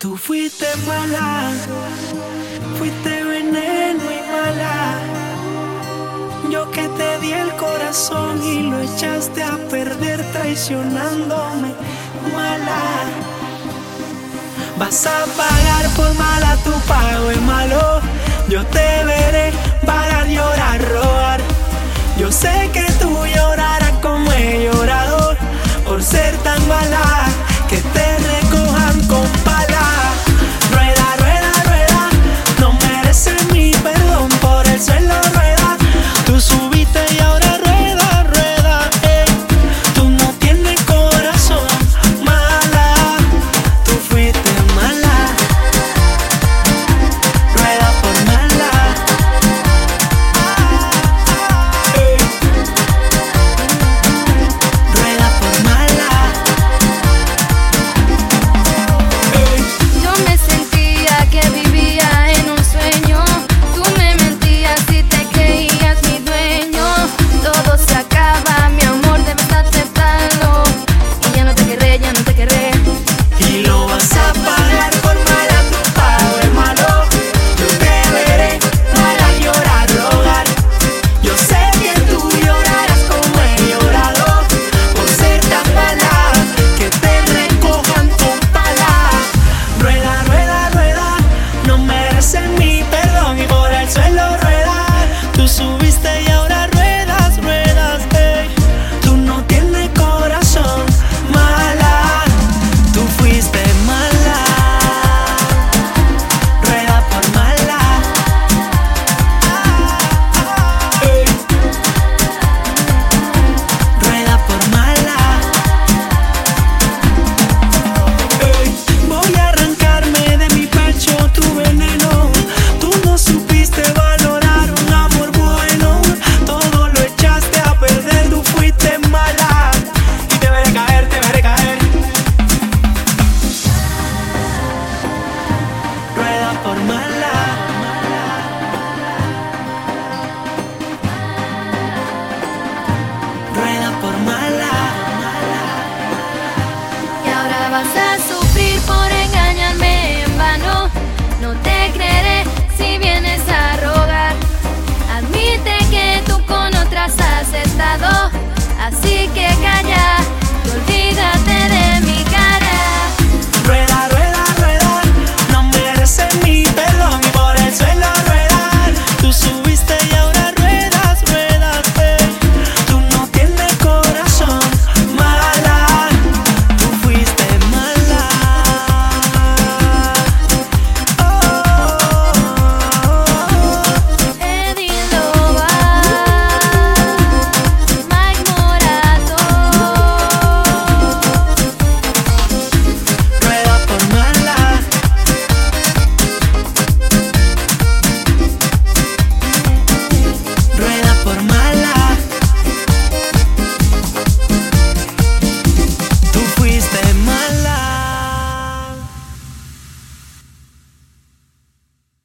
Tú fuiste mala, fuiste veneno y mala. Yo que te di el corazón y lo echaste a perder traicionándome, mala. Vas a pagar por mala, tu pago es malo. Yo te veré vagar, llorar, rogar. Yo sé que tú llorarás como he llorado por ser tan mala, que te recojan con pala. Rueda, rueda, rueda, no mereces mi perdón, por el suelo rueda. Tú subiste y ahora rueda, rueda, tú no tienes corazón, mala. Tú fuiste mala, rueda por mala. Rueda por mala. Yo me sentía que vivía en un sueño. Tú me mentías y te creías mi dueño. Todo se acaba, mi amor, debes aceptarlo. Y ya no te querré, ya no te querré. Y lo vas a pagar por mala, tu pago es malo. Yo te veré para llorar, rogar. Yo sé que tú llorarás como he llorado por ser tan mala, que te recojan con pala. Rueda, rueda, rueda, no mereces mi perdón y por el suelo rueda. Tú subiste y ahora ruedas, ruedas, tú no tienes corazón, mala. Tú fuiste mala, rueda por mala. Rueda por mala. Voy a arrancarme de mi pecho tu veneno. Tú no supiste valorar un amor bueno. Todo lo echaste a perder, tú fuiste mala. Y te veré caer, te veré caer. Rueda por mala. Rueda por mala. Y ahora vas a sufrir por engañarme en vano. No te creeré si vienes a rogar. Admite que tú con otras has estado, así que calla.